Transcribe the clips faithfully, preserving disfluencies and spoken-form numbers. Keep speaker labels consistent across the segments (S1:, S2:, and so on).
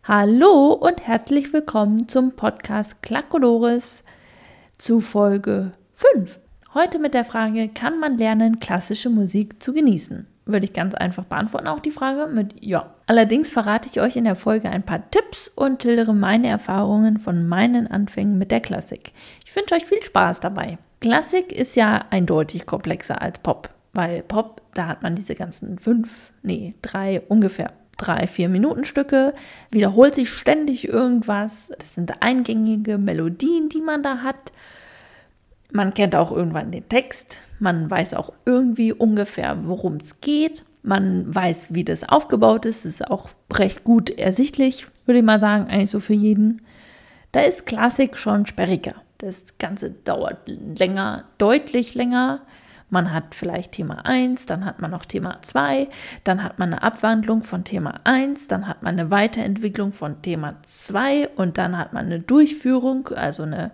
S1: Hallo und herzlich willkommen zum Podcast Klakodoris zu Folge fünf. Heute mit der Frage, kann man lernen, klassische Musik zu genießen? Würde ich ganz einfach beantworten, auch die Frage mit ja. Allerdings verrate ich euch in der Folge ein paar Tipps und schildere meine Erfahrungen von meinen Anfängen mit der Klassik. Ich wünsche euch viel Spaß dabei. Klassik ist ja eindeutig komplexer als Pop, weil Pop, da hat man diese ganzen fünf, nee, drei ungefähr. Drei, vier Minuten Stücke, wiederholt sich ständig irgendwas. Das sind eingängige Melodien, die man da hat. Man kennt auch irgendwann den Text. Man weiß auch irgendwie ungefähr, worum es geht. Man weiß, wie das aufgebaut ist. Das ist auch recht gut ersichtlich, würde ich mal sagen, eigentlich so für jeden. Da ist Klassik schon sperriger. Das Ganze dauert länger, deutlich länger. Man hat vielleicht Thema eins, dann hat man noch Thema zwei, dann hat man eine Abwandlung von Thema eins, dann hat man eine Weiterentwicklung von Thema zwei und dann hat man eine Durchführung, also eine,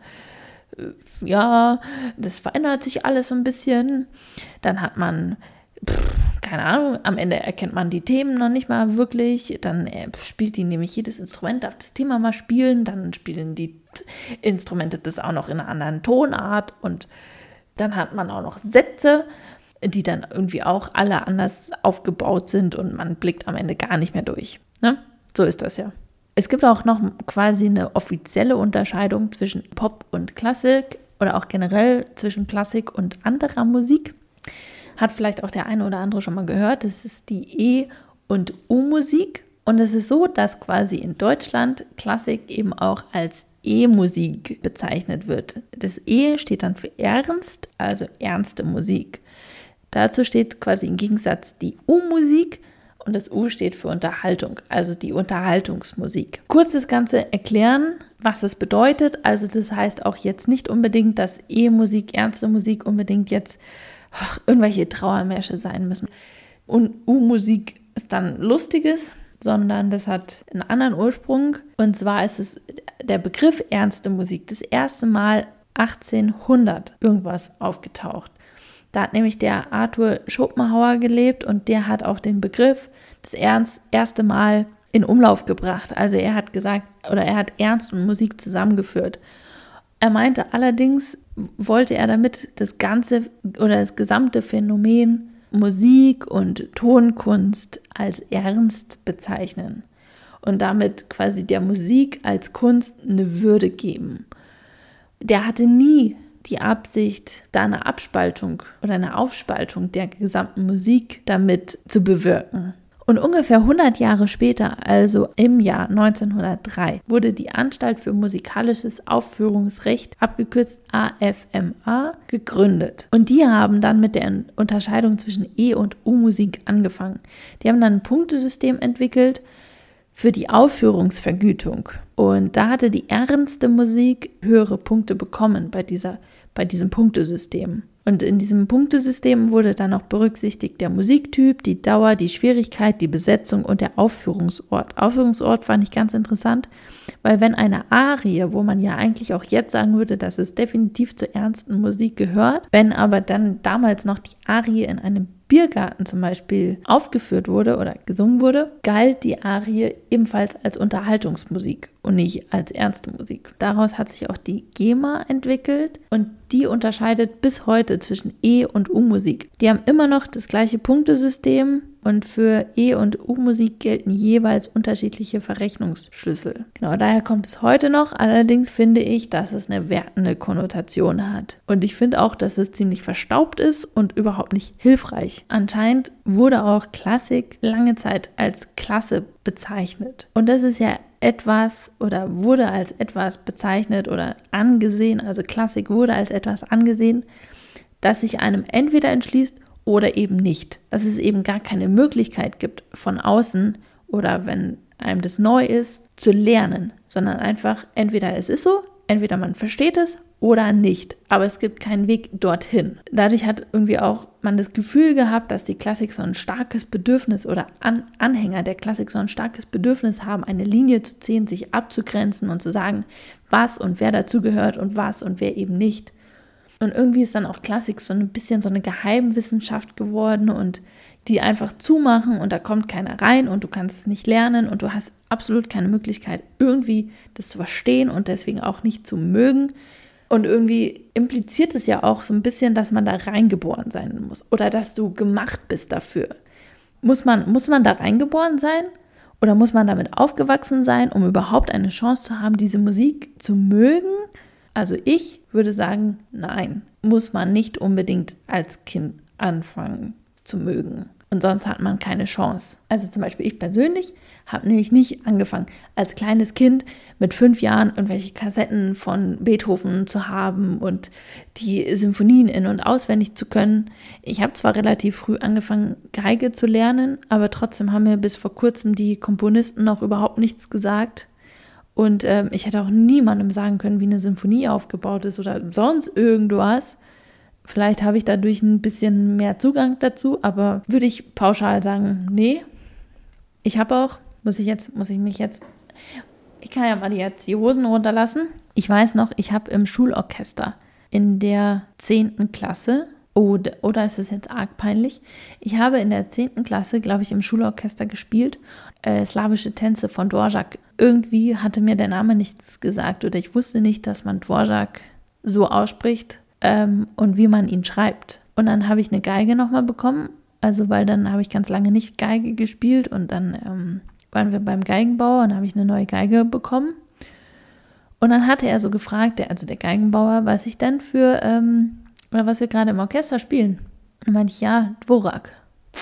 S1: ja, das verändert sich alles so ein bisschen. Dann hat man, pff, keine Ahnung, am Ende erkennt man die Themen noch nicht mal wirklich, dann spielt die nämlich jedes Instrument, darf das Thema mal spielen, dann spielen die Instrumente das auch noch in einer anderen Tonart und dann hat man auch noch Sätze, die dann irgendwie auch alle anders aufgebaut sind und man blickt am Ende gar nicht mehr durch. Ne? So ist das ja. Es gibt auch noch quasi eine offizielle Unterscheidung zwischen Pop und Klassik oder auch generell zwischen Klassik und anderer Musik. Hat vielleicht auch der eine oder andere schon mal gehört. Das ist die E- und U-Musik. Und es ist so, dass quasi in Deutschland Klassik eben auch als E-Musik bezeichnet wird. Das E steht dann für ernst, also ernste Musik. Dazu steht quasi im Gegensatz die U-Musik und das U steht für Unterhaltung, also die Unterhaltungsmusik. Kurz das Ganze erklären, was es bedeutet. Also das heißt auch jetzt nicht unbedingt, dass E-Musik, ernste Musik unbedingt jetzt ach, irgendwelche Trauermärsche sein müssen. Und U-Musik ist dann Lustiges, sondern das hat einen anderen Ursprung. Und zwar ist es der Begriff ernste Musik das erste Mal achtzehnhundert irgendwas aufgetaucht. Da hat nämlich der Arthur Schopenhauer gelebt und der hat auch den Begriff das ernst, erste Mal in Umlauf gebracht. Also er hat gesagt, oder er hat Ernst und Musik zusammengeführt. Er meinte allerdings, wollte er damit das ganze oder das gesamte Phänomen Musik und Tonkunst als ernst bezeichnen und damit quasi der Musik als Kunst eine Würde geben. Der hatte nie die Absicht, da eine Abspaltung oder eine Aufspaltung der gesamten Musik damit zu bewirken. Und ungefähr hundert Jahre später, also im Jahr neunzehnhundertdrei, wurde die Anstalt für musikalisches Aufführungsrecht, abgekürzt A F M A, gegründet. Und die haben dann mit der Unterscheidung zwischen E- und U-Musik angefangen. Die haben dann ein Punktesystem entwickelt für die Aufführungsvergütung. Und da hatte die ernste Musik höhere Punkte bekommen bei dieser, bei diesem Punktesystem. Und in diesem Punktesystem wurde dann auch berücksichtigt der Musiktyp, die Dauer, die Schwierigkeit, die Besetzung und der Aufführungsort. Aufführungsort fand ich ganz interessant, weil wenn eine Arie, wo man ja eigentlich auch jetzt sagen würde, dass es definitiv zur ernsten Musik gehört, wenn aber dann damals noch die Arie in einem Biergarten zum Beispiel aufgeführt wurde oder gesungen wurde, galt die Arie ebenfalls als Unterhaltungsmusik und nicht als ernste Musik. Daraus hat sich auch die GEMA entwickelt und die unterscheidet bis heute zwischen E- und U-Musik. Die haben immer noch das gleiche Punktesystem und für E- und U-Musik gelten jeweils unterschiedliche Verrechnungsschlüssel. Genau, daher kommt es heute noch. Allerdings finde ich, dass es eine wertende Konnotation hat. Und ich finde auch, dass es ziemlich verstaubt ist und überhaupt nicht hilfreich. Anscheinend wurde auch Klassik lange Zeit als Klasse bezeichnet. Und das ist ja etwas oder wurde als etwas bezeichnet oder angesehen, also Klassik wurde als etwas angesehen, das sich einem entweder entschließt oder eben nicht. Dass es eben gar keine Möglichkeit gibt, von außen oder wenn einem das neu ist, zu lernen, sondern einfach entweder es ist so, entweder man versteht es oder nicht. Aber es gibt keinen Weg dorthin. Dadurch hat irgendwie auch man das Gefühl gehabt, dass die Klassik so ein starkes Bedürfnis oder An- Anhänger der Klassik so ein starkes Bedürfnis haben, eine Linie zu ziehen, sich abzugrenzen und zu sagen, was und wer dazugehört und was und wer eben nicht. Und irgendwie ist dann auch Klassik so ein bisschen so eine Geheimwissenschaft geworden und die einfach zumachen und da kommt keiner rein und du kannst es nicht lernen und du hast absolut keine Möglichkeit, irgendwie das zu verstehen und deswegen auch nicht zu mögen. Und irgendwie impliziert es ja auch so ein bisschen, dass man da reingeboren sein muss oder dass du gemacht bist dafür. Muss man, muss man da reingeboren sein oder muss man damit aufgewachsen sein, um überhaupt eine Chance zu haben, diese Musik zu mögen? Also ich würde sagen, nein, muss man nicht unbedingt als Kind anfangen zu mögen. Und sonst hat man keine Chance. Also zum Beispiel ich persönlich habe nämlich nicht angefangen, als kleines Kind mit fünf Jahren irgendwelche Kassetten von Beethoven zu haben und die Symphonien in- und auswendig zu können. Ich habe zwar relativ früh angefangen, Geige zu lernen, aber trotzdem haben mir bis vor kurzem die Komponisten noch überhaupt nichts gesagt. Und ähm, ich hätte auch niemandem sagen können, wie eine Symphonie aufgebaut ist oder sonst irgendwas. Vielleicht habe ich dadurch ein bisschen mehr Zugang dazu, aber würde ich pauschal sagen, nee. Ich habe auch, muss ich jetzt, muss ich mich jetzt, ich kann ja mal jetzt die Hosen runterlassen. Ich weiß noch, ich habe im Schulorchester in der zehnten Klasse, oder, oder ist es jetzt arg peinlich, ich habe in der zehnten Klasse, glaube ich, im Schulorchester gespielt, äh, slawische Tänze von Dvorak. Irgendwie hatte mir der Name nichts gesagt oder ich wusste nicht, dass man Dvorak so ausspricht. Ähm, und wie man ihn schreibt. Und dann habe ich eine Geige nochmal bekommen, also weil dann habe ich ganz lange nicht Geige gespielt und dann ähm, waren wir beim Geigenbauer und habe ich eine neue Geige bekommen. Und dann hatte er so gefragt, der, also der Geigenbauer, was ich denn für, ähm, oder was wir gerade im Orchester spielen. Und dann meinte ich, ja, Dvorak.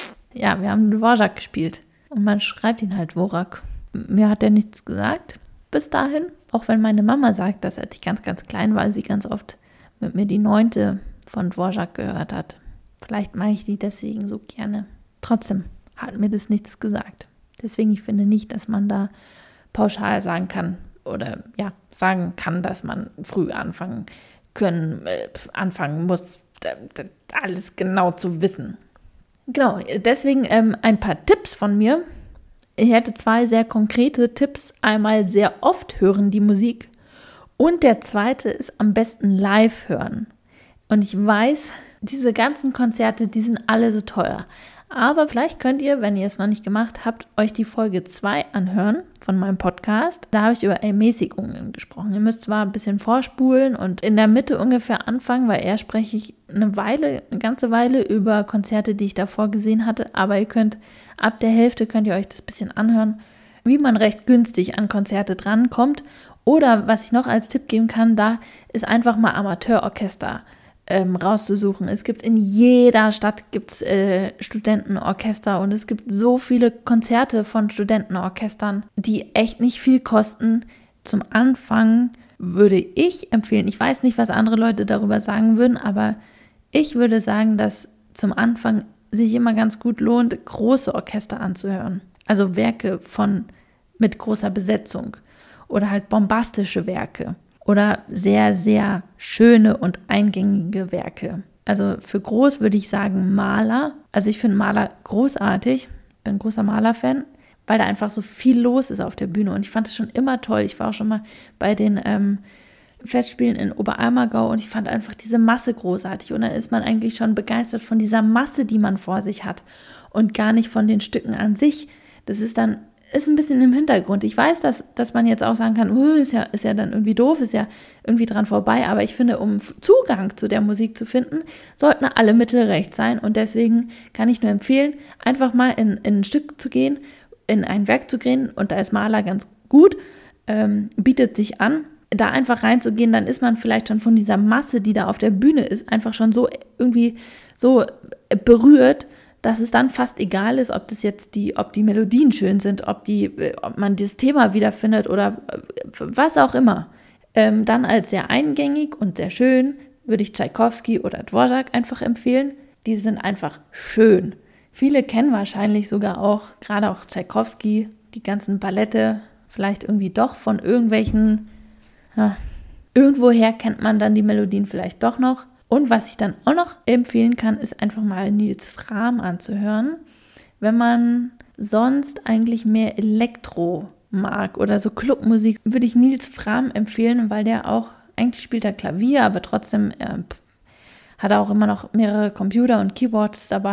S1: Ja, wir haben Dvorak gespielt. Und man schreibt ihn halt Dvorak. Mir hat er nichts gesagt bis dahin, auch wenn meine Mama sagt, dass als ich ganz, ganz klein war, sie ganz oft mit mir die neunte von Dvorak gehört hat. Vielleicht mag ich die deswegen so gerne. Trotzdem hat mir das nichts gesagt. Deswegen, ich finde nicht, dass man da pauschal sagen kann oder ja, sagen kann, dass man früh anfangen können, äh, anfangen muss, da, da, alles genau zu wissen. Genau, deswegen ähm, ein paar Tipps von mir. Ich hätte zwei sehr konkrete Tipps. Einmal sehr oft hören die Musik. Und der zweite ist am besten live hören. Und ich weiß, diese ganzen Konzerte, die sind alle so teuer. Aber vielleicht könnt ihr, wenn ihr es noch nicht gemacht habt, euch die Folge zwei anhören von meinem Podcast. Da habe ich über Ermäßigungen gesprochen. Ihr müsst zwar ein bisschen vorspulen und in der Mitte ungefähr anfangen, weil eher spreche ich eine Weile, eine ganze Weile über Konzerte, die ich davor gesehen hatte. Aber ihr könnt ab der Hälfte könnt ihr euch das ein bisschen anhören, wie man recht günstig an Konzerte drankommt. Oder was ich noch als Tipp geben kann, da ist einfach mal Amateurorchester ähm, rauszusuchen. Es gibt in jeder Stadt gibt's, äh, Studentenorchester und es gibt so viele Konzerte von Studentenorchestern, die echt nicht viel kosten. Zum Anfang würde ich empfehlen, ich weiß nicht, was andere Leute darüber sagen würden, aber ich würde sagen, dass zum Anfang sich immer ganz gut lohnt, große Orchester anzuhören. Also Werke von mit großer Besetzung. Oder halt bombastische Werke oder sehr, sehr schöne und eingängige Werke. Also für groß würde ich sagen Mahler. Also ich finde Mahler großartig, bin ein großer Mahler-Fan, weil da einfach so viel los ist auf der Bühne. Und ich fand es schon immer toll. Ich war auch schon mal bei den ähm, Festspielen in Oberammergau und ich fand einfach diese Masse großartig. Und dann ist man eigentlich schon begeistert von dieser Masse, die man vor sich hat und gar nicht von den Stücken an sich. Das ist dann ist ein bisschen im Hintergrund. Ich weiß, dass, dass man jetzt auch sagen kann, uh, ist ja, ist ja dann irgendwie doof, ist ja irgendwie dran vorbei, aber ich finde, um Zugang zu der Musik zu finden, sollten alle Mittel recht sein und deswegen kann ich nur empfehlen, einfach mal in, in ein Stück zu gehen, in ein Werk zu gehen und da ist Mahler ganz gut, ähm, bietet sich an, da einfach reinzugehen, dann ist man vielleicht schon von dieser Masse, die da auf der Bühne ist, einfach schon so irgendwie so berührt, dass es dann fast egal ist, ob das jetzt die, ob die Melodien schön sind, ob die, ob man das Thema wiederfindet oder was auch immer. Ähm, dann als sehr eingängig und sehr schön würde ich Tschaikowski oder Dvorak einfach empfehlen. Die sind einfach schön. Viele kennen wahrscheinlich sogar auch, gerade auch Tschaikowski, die ganzen Ballette, vielleicht irgendwie doch von irgendwelchen, ja, irgendwoher kennt man dann die Melodien vielleicht doch noch. Und was ich dann auch noch empfehlen kann, ist einfach mal Nils Frahm anzuhören, wenn man sonst eigentlich mehr Elektro mag oder so Clubmusik, würde ich Nils Frahm empfehlen, weil der auch, eigentlich spielt er Klavier, aber trotzdem äh, hat er auch immer noch mehrere Computer und Keyboards dabei.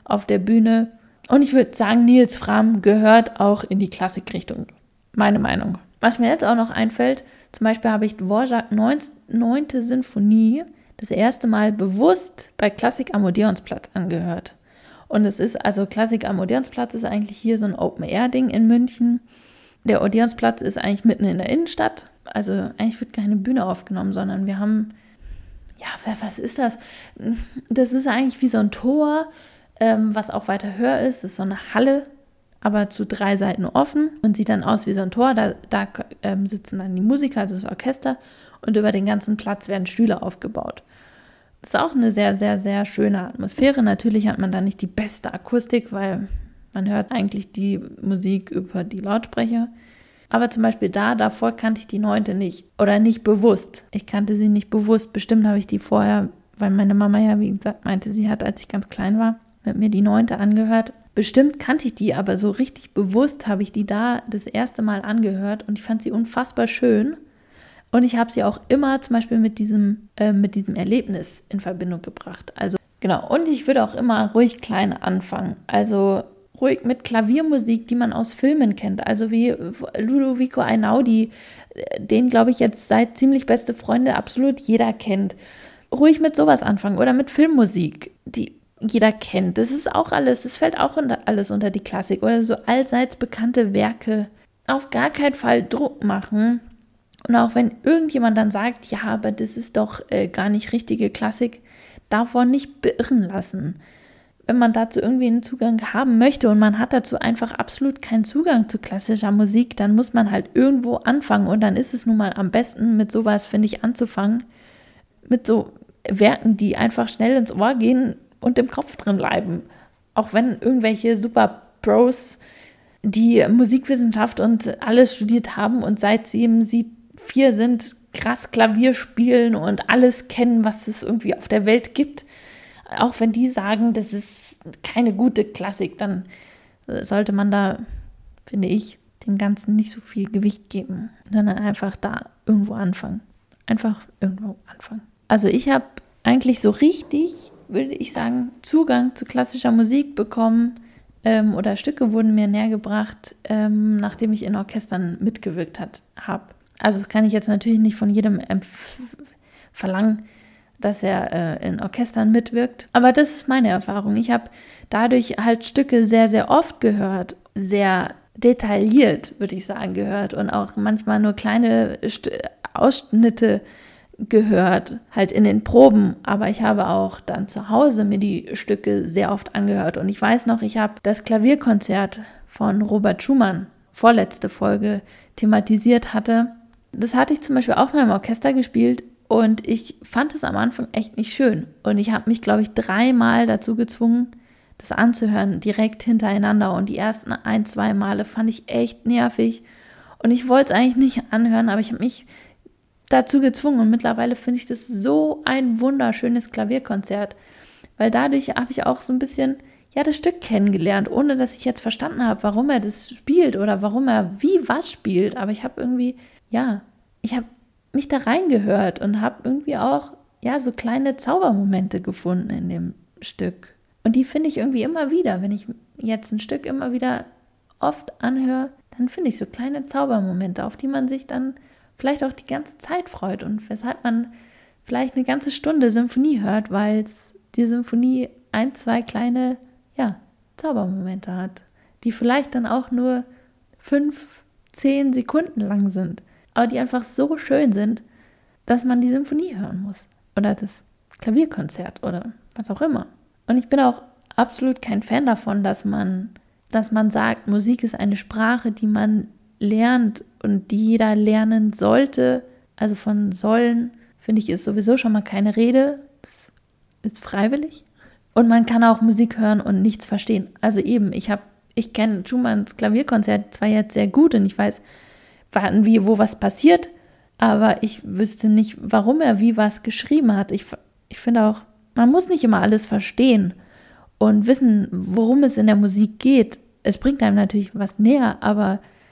S1: auf der Bühne. Und ich würde sagen, Nils Frahm gehört auch in die Klassikrichtung. Meine Meinung. Was mir jetzt auch noch einfällt, zum Beispiel habe ich Dvorak neunte Sinfonie das erste Mal bewusst bei Klassik am Odeonsplatz angehört. Und es ist, also Klassik am Odeonsplatz ist eigentlich hier so ein Open-Air-Ding in München. Der Odeonsplatz ist eigentlich mitten in der Innenstadt. Also eigentlich wird keine Bühne aufgenommen, sondern wir haben, ja, was ist das? Das ist eigentlich wie so ein Tor, ähm, was auch weiter höher ist. Das ist so eine Halle, aber zu drei Seiten offen und sieht dann aus wie so ein Tor. Da, da ähm, sitzen dann die Musiker, also das Orchester, und über den ganzen Platz werden Stühle aufgebaut. Das ist auch eine sehr, sehr, sehr schöne Atmosphäre. Natürlich hat man da nicht die beste Akustik, weil man hört eigentlich die Musik über die Lautsprecher. Aber zum Beispiel da, davor kannte ich die neunte nicht. Oder nicht bewusst. Ich kannte sie nicht bewusst. Bestimmt habe ich die vorher, weil meine Mama ja, wie gesagt, meinte, sie hat, als ich ganz klein war, mit mir die neunte angehört. Bestimmt kannte ich die, aber so richtig bewusst habe ich die da das erste Mal angehört. Und ich fand sie unfassbar schön. Und ich habe sie auch immer zum Beispiel mit diesem, äh, mit diesem Erlebnis in Verbindung gebracht. Also genau. Und ich würde auch immer ruhig klein anfangen. Also ruhig mit Klaviermusik, die man aus Filmen kennt. Also wie Ludovico Einaudi, den, glaube ich, jetzt seit ziemlich beste Freunde absolut jeder kennt. Ruhig mit sowas anfangen. Oder mit Filmmusik, die jeder kennt. Das ist auch alles, das fällt auch unter, alles unter die Klassik. Oder so allseits bekannte Werke. Auf gar keinen Fall Druck machen. Und auch wenn irgendjemand dann sagt, ja, aber das ist doch äh, gar nicht richtige Klassik, davon nicht beirren lassen. Wenn man dazu irgendwie einen Zugang haben möchte und man hat dazu einfach absolut keinen Zugang zu klassischer Musik, dann muss man halt irgendwo anfangen. Und dann ist es nun mal am besten, mit sowas, finde ich, anzufangen. Mit so Werken, die einfach schnell ins Ohr gehen und im Kopf drin bleiben. Auch wenn irgendwelche super Pros, die Musikwissenschaft und alles studiert haben und seit sie, sie vier sind, krass Klavier spielen und alles kennen, was es irgendwie auf der Welt gibt. Auch wenn die sagen, das ist keine gute Klassik, dann sollte man da, finde ich, dem Ganzen nicht so viel Gewicht geben, sondern einfach da irgendwo anfangen. Einfach irgendwo anfangen. Also ich habe eigentlich so richtig, würde ich sagen, Zugang zu klassischer Musik bekommen ähm, oder Stücke wurden mir nähergebracht, ähm, nachdem ich in Orchestern mitgewirkt habe. Also das kann ich jetzt natürlich nicht von jedem empf- verlangen, dass er äh, in Orchestern mitwirkt. Aber das ist meine Erfahrung. Ich habe dadurch halt Stücke sehr, sehr oft gehört, sehr detailliert, würde ich sagen, gehört und auch manchmal nur kleine St- Ausschnitte gehört, halt in den Proben. Aber ich habe auch dann zu Hause mir die Stücke sehr oft angehört. Und ich weiß noch, ich habe das Klavierkonzert von Robert Schumann, vorletzte Folge, thematisiert hatte. Das hatte ich zum Beispiel auch mal im Orchester gespielt. Und ich fand es am Anfang echt nicht schön. Und ich habe mich, glaube ich, dreimal dazu gezwungen, das anzuhören, direkt hintereinander. Und die ersten ein, zwei Male fand ich echt nervig. Und ich wollte es eigentlich nicht anhören, aber ich habe mich dazu gezwungen. Und mittlerweile finde ich das so ein wunderschönes Klavierkonzert. Weil dadurch habe ich auch so ein bisschen, ja, das Stück kennengelernt, ohne dass ich jetzt verstanden habe, warum er das spielt oder warum er wie was spielt. Aber ich habe irgendwie, ja, ich habe mich da reingehört und habe irgendwie auch, ja, so kleine Zaubermomente gefunden in dem Stück. Und die finde ich irgendwie immer wieder. Wenn ich jetzt ein Stück immer wieder oft anhöre, dann finde ich so kleine Zaubermomente, auf die man sich dann vielleicht auch die ganze Zeit freut und weshalb man vielleicht eine ganze Stunde Symphonie hört, weil die Symphonie ein, zwei kleine, ja, Zaubermomente hat, die vielleicht dann auch nur fünf, zehn Sekunden lang sind, aber die einfach so schön sind, dass man die Symphonie hören muss oder das Klavierkonzert oder was auch immer. Und ich bin auch absolut kein Fan davon, dass man, dass man sagt, Musik ist eine Sprache, die man lernt und die jeder lernen sollte. Also von sollen, finde ich, ist sowieso schon mal keine Rede. Das ist freiwillig. Und man kann auch Musik hören und nichts verstehen. Also eben, ich habe, ich kenne Schumanns Klavierkonzert zwar jetzt sehr gut und ich weiß, warten wie, wo was passiert, aber ich wüsste nicht, warum er wie was geschrieben hat. Ich, ich finde auch, man muss nicht immer alles verstehen und wissen, worum es in der Musik geht. Es bringt einem natürlich was näher, aber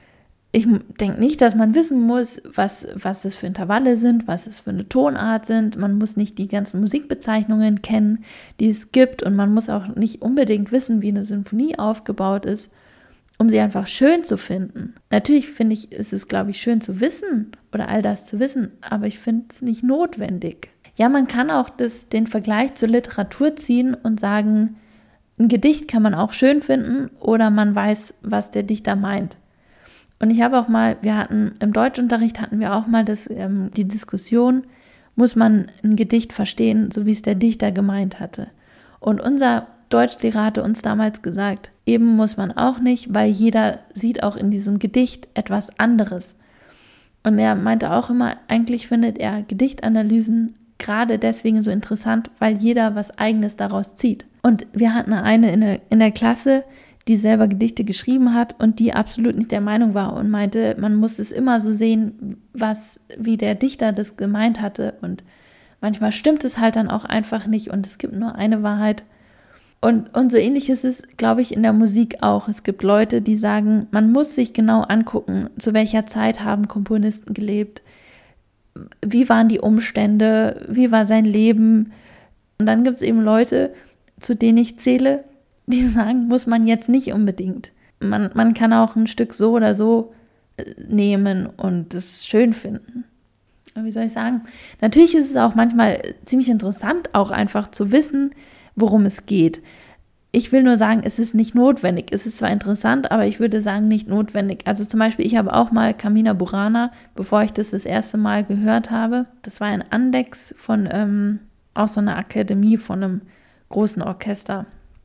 S1: Ich denke nicht, dass man wissen muss, was, was das für Intervalle sind, was es für eine Tonart sind. Man muss nicht die ganzen Musikbezeichnungen kennen, die es gibt. Und man muss auch nicht unbedingt wissen, wie eine Sinfonie aufgebaut ist, um sie einfach schön zu finden. Natürlich finde ich, ist es, glaube ich, schön zu wissen oder all das zu wissen, aber ich finde es nicht notwendig. Ja, man kann auch das, den Vergleich zur Literatur ziehen und sagen, ein Gedicht kann man auch schön finden oder man weiß, was der Dichter meint. Und ich habe auch mal, wir hatten im Deutschunterricht hatten wir auch mal das, ähm, die Diskussion, muss man ein Gedicht verstehen, so wie es der Dichter gemeint hatte. Und unser Deutschlehrer hatte uns damals gesagt, eben muss man auch nicht, weil jeder sieht auch in diesem Gedicht etwas anderes. Und er meinte auch immer, eigentlich findet er Gedichtanalysen gerade deswegen so interessant, weil jeder was Eigenes daraus zieht. Und wir hatten eine in der, in der Klasse, die selber Gedichte geschrieben hat und die absolut nicht der Meinung war und meinte, man muss es immer so sehen, was, wie der Dichter das gemeint hatte. Und manchmal stimmt es halt dann auch einfach nicht und es gibt nur eine Wahrheit. Und, und so ähnlich ist es, glaube ich, in der Musik auch. Es gibt Leute, die sagen, man muss sich genau angucken, zu welcher Zeit haben Komponisten gelebt, wie waren die Umstände, wie war sein Leben. Und dann gibt es eben Leute, zu denen ich zähle, die sagen, muss man jetzt nicht unbedingt. Man, man kann auch ein Stück so oder so nehmen und es schön finden. Aber wie soll ich sagen? Natürlich ist es auch manchmal ziemlich interessant, auch einfach zu wissen, worum es geht. Ich will nur sagen, es ist nicht notwendig. Es ist zwar interessant, aber ich würde sagen, nicht notwendig. Also zum Beispiel, ich habe auch mal Carmina Burana, bevor ich das das erste Mal gehört habe. Das war ein Andex von ähm, auch so einer Akademie von einem großen Orchester.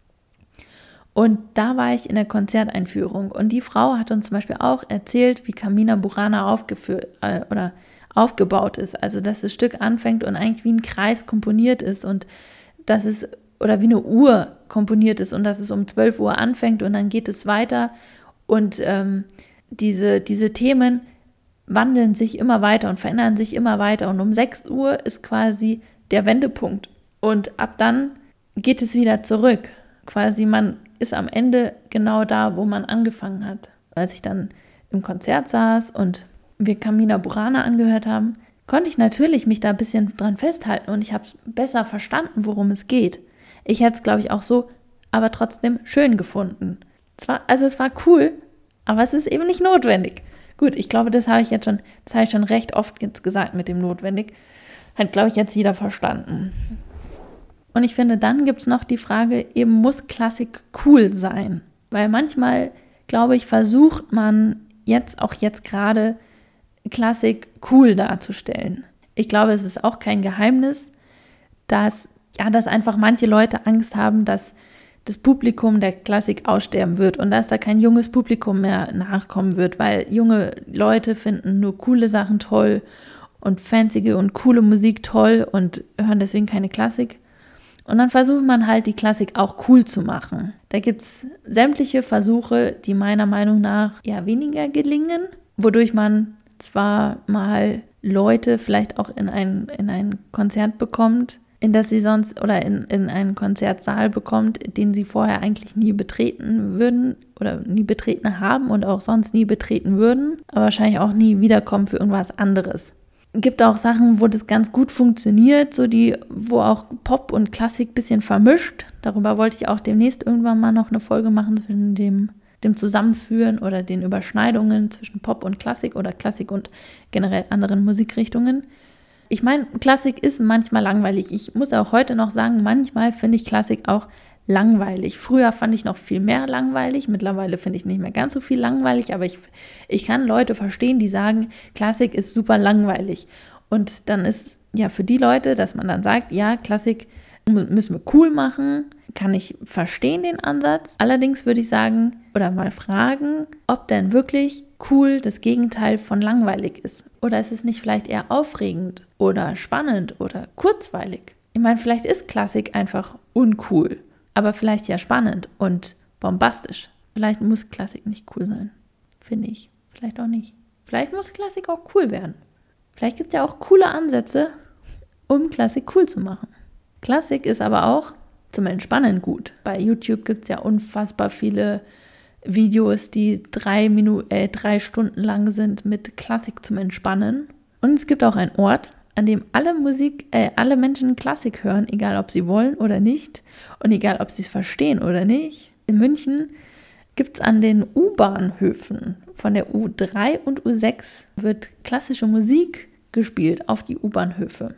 S1: Und da war ich in der Konzerteinführung und die Frau hat uns zum Beispiel auch erzählt, wie Carmina Burana aufgeführt äh, oder aufgebaut ist. Also dass das Stück anfängt und eigentlich wie ein Kreis komponiert ist und dass es oder wie eine Uhr komponiert ist und dass es um zwölf Uhr anfängt und dann geht es weiter und ähm, diese, diese Themen wandeln sich immer weiter und verändern sich immer weiter und um sechs Uhr ist quasi der Wendepunkt und ab dann geht es wieder zurück. Quasi man ist am Ende genau da, wo man angefangen hat. Als ich dann im Konzert saß und wir Carmina Burana angehört haben, konnte ich natürlich mich da ein bisschen dran festhalten und ich habe besser verstanden, worum es geht. Ich hätte es, glaube ich, auch so, aber trotzdem schön gefunden. Zwar, also es war cool, aber es ist eben nicht notwendig. Gut, ich glaube, das habe ich jetzt schon, das habe ich schon recht oft jetzt gesagt mit dem notwendig. Hat, glaube ich, jetzt jeder verstanden. Und ich finde, dann gibt es noch die Frage, eben muss Klassik cool sein? Weil manchmal, glaube ich, versucht man jetzt, auch jetzt gerade, Klassik cool darzustellen. Ich glaube, es ist auch kein Geheimnis, dass, ja, dass einfach manche Leute Angst haben, dass das Publikum der Klassik aussterben wird und dass da kein junges Publikum mehr nachkommen wird, weil junge Leute finden nur coole Sachen toll und fancy und coole Musik toll und hören deswegen keine Klassik. Und dann versucht man halt, die Klassik auch cool zu machen. Da gibt es sämtliche Versuche, die meiner Meinung nach eher weniger gelingen, wodurch man zwar mal Leute vielleicht auch in ein, in ein Konzert bekommt, in das sie sonst oder in, in einen Konzertsaal bekommt, den sie vorher eigentlich nie betreten würden oder nie betreten haben und auch sonst nie betreten würden, aber wahrscheinlich auch nie wiederkommen für irgendwas anderes. Gibt auch Sachen, wo das ganz gut funktioniert, so die, wo auch Pop und Klassik ein bisschen vermischt. Darüber wollte ich auch demnächst irgendwann mal noch eine Folge machen zwischen dem, dem Zusammenführen oder den Überschneidungen zwischen Pop und Klassik oder Klassik und generell anderen Musikrichtungen. Ich meine, Klassik ist manchmal langweilig. Ich muss auch heute noch sagen, manchmal finde ich Klassik auch langweilig. Früher fand ich noch viel mehr langweilig, mittlerweile finde ich nicht mehr ganz so viel langweilig, aber ich, ich kann Leute verstehen, die sagen, Klassik ist super langweilig. Und dann ist ja für die Leute, dass man dann sagt, ja, Klassik müssen wir cool machen, kann ich verstehen den Ansatz. Allerdings würde ich sagen oder mal fragen, ob denn wirklich cool das Gegenteil von langweilig ist. Oder ist es nicht vielleicht eher aufregend oder spannend oder kurzweilig? Ich meine, vielleicht ist Klassik einfach uncool. Aber vielleicht ja spannend und bombastisch. Vielleicht muss Klassik nicht cool sein, finde ich. Vielleicht auch nicht. Vielleicht muss Klassik auch cool werden. Vielleicht gibt es ja auch coole Ansätze, um Klassik cool zu machen. Klassik ist aber auch zum Entspannen gut. Bei YouTube gibt es ja unfassbar viele Videos, die drei Minuten, äh, drei Stunden lang sind mit Klassik zum Entspannen. Und es gibt auch einen Ort, an dem alle Musik, äh, alle Menschen Klassik hören, egal ob sie wollen oder nicht und egal ob sie es verstehen oder nicht. In München gibt es an den U-Bahnhöfen von der U drei und U sechs wird klassische Musik gespielt auf die U-Bahnhöfe.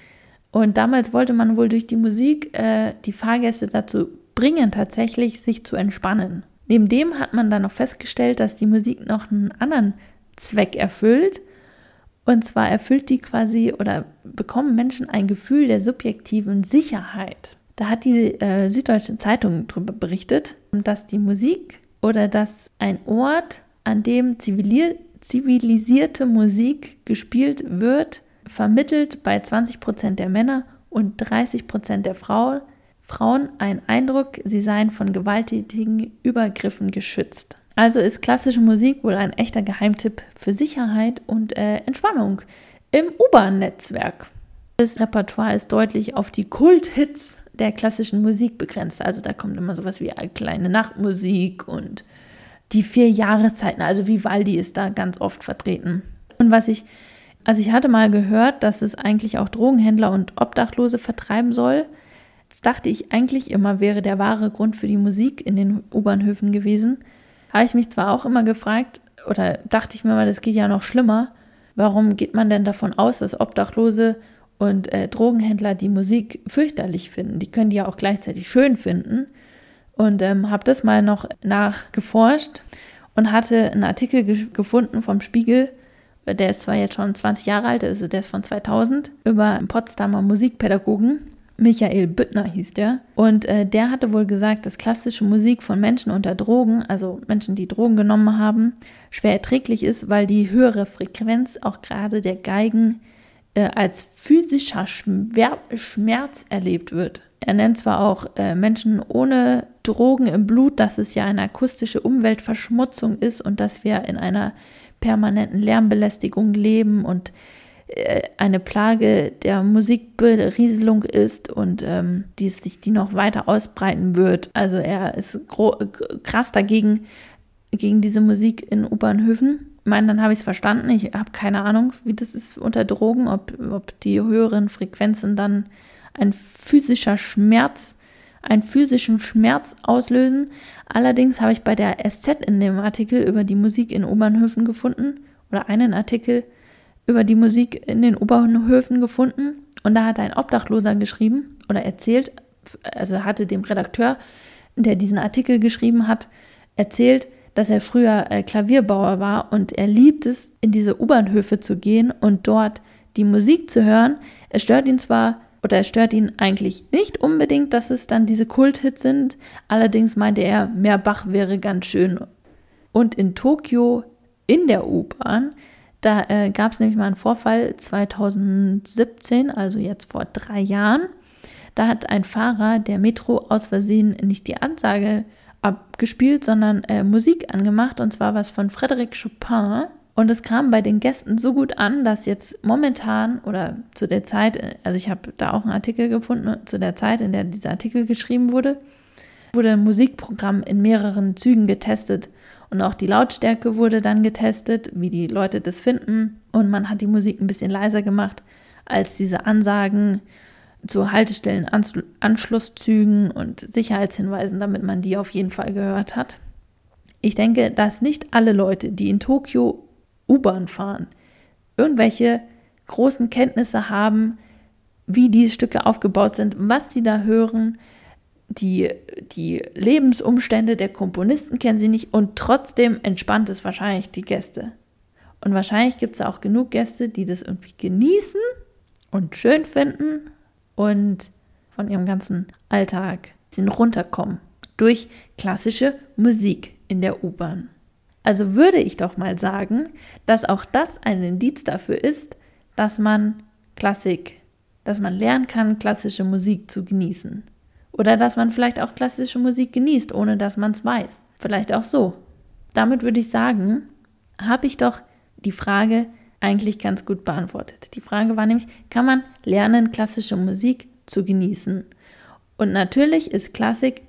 S1: Und damals wollte man wohl durch die Musik äh, die Fahrgäste dazu bringen, tatsächlich sich zu entspannen. Neben dem hat man dann noch festgestellt, dass die Musik noch einen anderen Zweck erfüllt. Und zwar erfüllt die quasi oder bekommen Menschen ein Gefühl der subjektiven Sicherheit. Da hat die äh, Süddeutsche Zeitung darüber berichtet, dass die Musik oder dass ein Ort, an dem zivilier, zivilisierte Musik gespielt wird, vermittelt bei zwanzig Prozent der Männer und dreißig Prozent der Frau, Frauen einen Eindruck, sie seien von gewalttätigen Übergriffen geschützt. Also ist klassische Musik wohl ein echter Geheimtipp für Sicherheit und äh, Entspannung im U-Bahn-Netzwerk. Das Repertoire ist deutlich auf die Kulthits der klassischen Musik begrenzt. Also da kommt immer sowas wie eine kleine Nachtmusik und die vier Jahreszeiten, also Vivaldi ist da ganz oft vertreten. Und was ich, also ich hatte mal gehört, dass es eigentlich auch Drogenhändler und Obdachlose vertreiben soll. Das dachte ich eigentlich immer, wäre der wahre Grund für die Musik in den U-Bahnhöfen gewesen. Habe ich mich zwar auch immer gefragt, oder dachte ich mir mal, das geht ja noch schlimmer. Warum geht man denn davon aus, dass Obdachlose und äh, Drogenhändler die Musik fürchterlich finden? Die können die ja auch gleichzeitig schön finden. Und ähm, habe das mal noch nachgeforscht und hatte einen Artikel ge- gefunden vom Spiegel, der ist zwar jetzt schon zwanzig Jahre alt, also der ist von zweitausend, über einen Potsdamer Musikpädagogen. Michael Büttner hieß der. Und äh, der hatte wohl gesagt, dass klassische Musik von Menschen unter Drogen, also Menschen, die Drogen genommen haben, schwer erträglich ist, weil die höhere Frequenz auch gerade der Geigen äh, als physischer Schmer- Schmerz erlebt wird. Er nennt zwar auch äh, Menschen ohne Drogen im Blut, dass es ja eine akustische Umweltverschmutzung ist und dass wir in einer permanenten Lärmbelästigung leben und eine Plage der Musikberieselung ist und ähm, die sich die noch weiter ausbreiten wird. Also er ist gro- krass dagegen, gegen diese Musik in U-Bahnhöfen. Ich meine, dann habe ich es verstanden. Ich habe keine Ahnung, wie das ist unter Drogen, ob, ob die höheren Frequenzen dann ein physischer Schmerz, einen physischen Schmerz auslösen. Allerdings habe ich bei der S Z in dem Artikel über die Musik in U-Bahnhöfen gefunden oder einen Artikel über die Musik in den U-Bahnhöfen gefunden und da hat ein Obdachloser geschrieben oder erzählt, also hatte dem Redakteur, der diesen Artikel geschrieben hat, erzählt, dass er früher äh, Klavierbauer war und er liebt es, in diese U-Bahnhöfe zu gehen und dort die Musik zu hören. Es stört ihn zwar oder es stört ihn eigentlich nicht unbedingt, dass es dann diese Kulthits sind, allerdings meinte er, mehr Bach wäre ganz schön. Und in Tokio in der U-Bahn, da äh, gab es nämlich mal einen Vorfall zweitausendsiebzehn, also jetzt vor drei Jahren. Da hat ein Fahrer der Metro aus Versehen nicht die Ansage abgespielt, sondern äh, Musik angemacht, und zwar was von Frédéric Chopin. Und es kam bei den Gästen so gut an, dass jetzt momentan oder zu der Zeit, also ich habe da auch einen Artikel gefunden, zu der Zeit, in der dieser Artikel geschrieben wurde, wurde ein Musikprogramm in mehreren Zügen getestet. Und auch die Lautstärke wurde dann getestet, wie die Leute das finden. Und man hat die Musik ein bisschen leiser gemacht als diese Ansagen zu Haltestellen, Anschlusszügen und Sicherheitshinweisen, damit man die auf jeden Fall gehört hat. Ich denke, dass nicht alle Leute, die in Tokio U-Bahn fahren, irgendwelche großen Kenntnisse haben, wie die Stücke aufgebaut sind, was sie da hören. Die, die Lebensumstände der Komponisten kennen sie nicht und trotzdem entspannt es wahrscheinlich die Gäste. Und wahrscheinlich gibt es auch genug Gäste, die das irgendwie genießen und schön finden und von ihrem ganzen Alltag ein bisschen runterkommen durch klassische Musik in der U-Bahn. Also würde ich doch mal sagen, dass auch das ein Indiz dafür ist, dass man Klassik, dass man lernen kann, klassische Musik zu genießen. Oder dass man vielleicht auch klassische Musik genießt, ohne dass man es weiß. Vielleicht auch so. Damit würde ich sagen, habe ich doch die Frage eigentlich ganz gut beantwortet. Die Frage war nämlich, kann man lernen, klassische Musik zu genießen? Und natürlich ist Klassik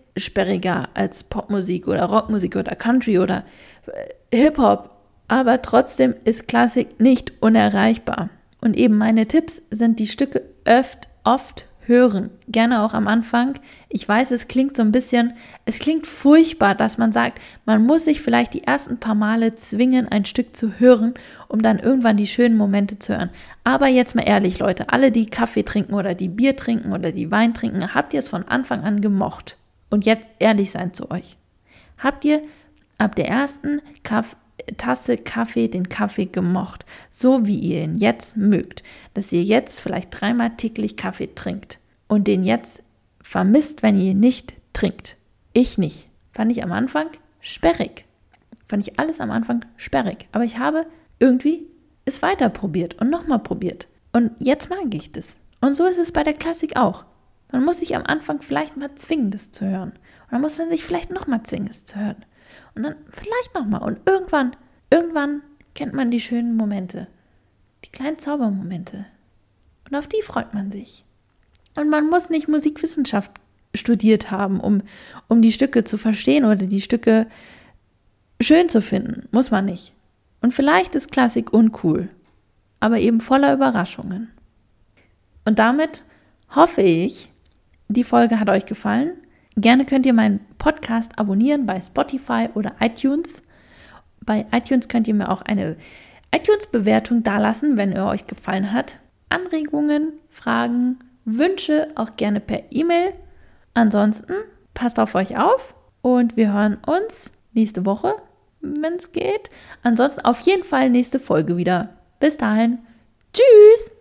S1: sperriger als Popmusik oder Rockmusik oder Country oder Hip-Hop. Aber trotzdem ist Klassik nicht unerreichbar. Und eben meine Tipps sind die Stücke oft, oft hören. Gerne auch am Anfang. Ich weiß, es klingt so ein bisschen, es klingt furchtbar, dass man sagt, man muss sich vielleicht die ersten paar Male zwingen, ein Stück zu hören, um dann irgendwann die schönen Momente zu hören. Aber jetzt mal ehrlich, Leute, alle, die Kaffee trinken oder die Bier trinken oder die Wein trinken, habt ihr es von Anfang an gemocht? Und jetzt ehrlich sein zu euch. Habt ihr ab der ersten Kaff- Tasse Kaffee den Kaffee gemocht, so wie ihr ihn jetzt mögt, dass ihr jetzt vielleicht dreimal täglich Kaffee trinkt und den jetzt vermisst, wenn ihr ihn nicht trinkt? Ich nicht. Fand ich am Anfang sperrig. Fand ich alles am Anfang sperrig. Aber ich habe irgendwie es weiter probiert und nochmal probiert. Und jetzt mag ich das. Und so ist es bei der Klassik auch. Man muss sich am Anfang vielleicht mal zwingen, das zu hören. Und dann muss man sich vielleicht nochmal zwingen, es zu hören. Und dann vielleicht nochmal. Und irgendwann, irgendwann kennt man die schönen Momente. Die kleinen Zaubermomente. Und auf die freut man sich. Und man muss nicht Musikwissenschaft studiert haben, um, um die Stücke zu verstehen oder die Stücke schön zu finden. Muss man nicht. Und vielleicht ist Klassik uncool. Aber eben voller Überraschungen. Und damit hoffe ich, die Folge hat euch gefallen. Gerne könnt ihr meinen Podcast abonnieren bei Spotify oder iTunes. Bei iTunes könnt ihr mir auch eine iTunes-Bewertung dalassen, wenn er euch gefallen hat. Anregungen, Fragen, Wünsche auch gerne per E-Mail. Ansonsten passt auf euch auf und wir hören uns nächste Woche, wenn es geht. Ansonsten auf jeden Fall nächste Folge wieder. Bis dahin. Tschüss!